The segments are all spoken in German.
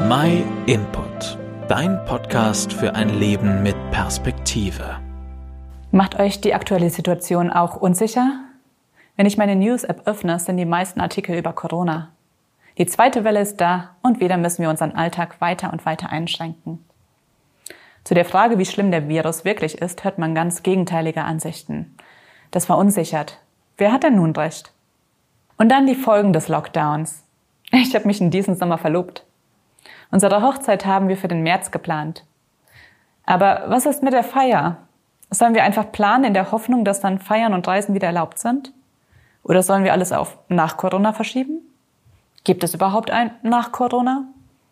My Input, dein Podcast für ein Leben mit Perspektive. Macht euch die aktuelle Situation auch unsicher? Wenn ich meine News-App öffne, sind die meisten Artikel über Corona. Die zweite Welle ist da und wieder müssen wir unseren Alltag weiter und weiter einschränken. Zu der Frage, wie schlimm der Virus wirklich ist, hört man ganz gegenteilige Ansichten. Das verunsichert. Wer hat denn nun recht? Und dann die Folgen des Lockdowns. Ich habe mich in diesem Sommer verlobt. Unsere Hochzeit haben wir für den März geplant. Aber was ist mit der Feier? Sollen wir einfach planen in der Hoffnung, dass dann Feiern und Reisen wieder erlaubt sind? Oder sollen wir alles auf nach Corona verschieben? Gibt es überhaupt ein nach Corona?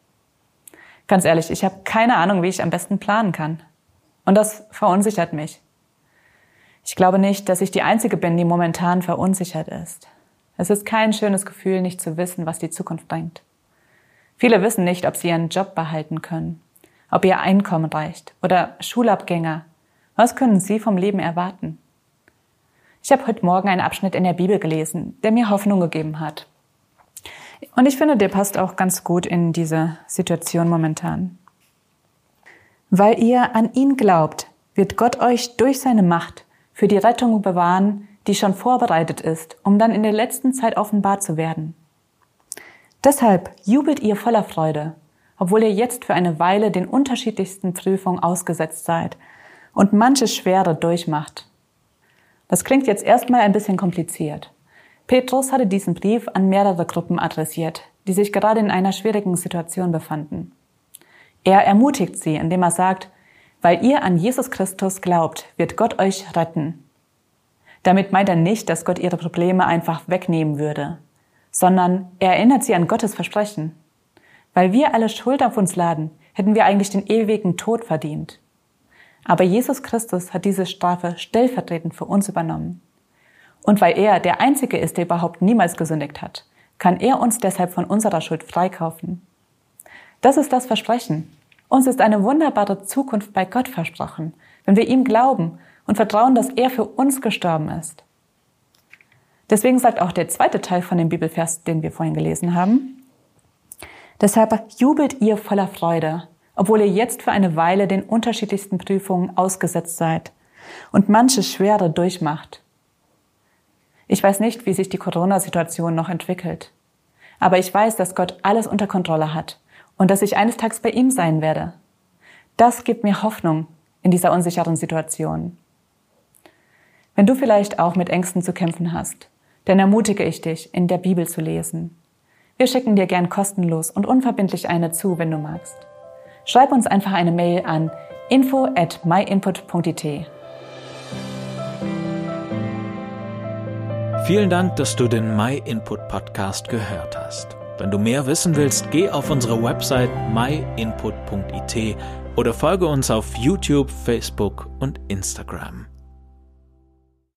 Ganz ehrlich, ich habe keine Ahnung, wie ich am besten planen kann. Und das verunsichert mich. Ich glaube nicht, dass ich die Einzige bin, die momentan verunsichert ist. Es ist kein schönes Gefühl, nicht zu wissen, was die Zukunft bringt. Viele wissen nicht, ob sie ihren Job behalten können, ob ihr Einkommen reicht oder Schulabgänger. Was können sie vom Leben erwarten? Ich habe heute Morgen einen Abschnitt in der Bibel gelesen, der mir Hoffnung gegeben hat. Und ich finde, der passt auch ganz gut in diese Situation momentan. Weil ihr an ihn glaubt, wird Gott euch durch seine Macht für die Rettung bewahren, die schon vorbereitet ist, um dann in der letzten Zeit offenbart zu werden. Deshalb jubelt ihr voller Freude, obwohl ihr jetzt für eine Weile den unterschiedlichsten Prüfungen ausgesetzt seid und manche Schwere durchmacht. Das klingt jetzt erstmal ein bisschen kompliziert. Petrus hatte diesen Brief an mehrere Gruppen adressiert, die sich gerade in einer schwierigen Situation befanden. Er ermutigt sie, indem er sagt, weil ihr an Jesus Christus glaubt, wird Gott euch retten. Damit meint er nicht, dass Gott ihre Probleme einfach wegnehmen würde, sondern er erinnert sie an Gottes Versprechen. Weil wir alle Schuld auf uns laden, hätten wir eigentlich den ewigen Tod verdient. Aber Jesus Christus hat diese Strafe stellvertretend für uns übernommen. Und weil er der Einzige ist, der überhaupt niemals gesündigt hat, kann er uns deshalb von unserer Schuld freikaufen. Das ist das Versprechen. Uns ist eine wunderbare Zukunft bei Gott versprochen, wenn wir ihm glauben und vertrauen, dass er für uns gestorben ist. Deswegen sagt auch der zweite Teil von dem Bibelvers, den wir vorhin gelesen haben, deshalb jubelt ihr voller Freude, obwohl ihr jetzt für eine Weile den unterschiedlichsten Prüfungen ausgesetzt seid und manche Schwere durchmacht. Ich weiß nicht, wie sich die Corona-Situation noch entwickelt, aber ich weiß, dass Gott alles unter Kontrolle hat und dass ich eines Tages bei ihm sein werde. Das gibt mir Hoffnung in dieser unsicheren Situation. Wenn du vielleicht auch mit Ängsten zu kämpfen hast, dann ermutige ich dich, in der Bibel zu lesen. Wir schicken dir gern kostenlos und unverbindlich eine zu, wenn du magst. Schreib uns einfach eine Mail an info@myinput.it. Vielen Dank, dass du den My Input Podcast gehört hast. Wenn du mehr wissen willst, geh auf unsere Website myinput.it oder folge uns auf YouTube, Facebook und Instagram.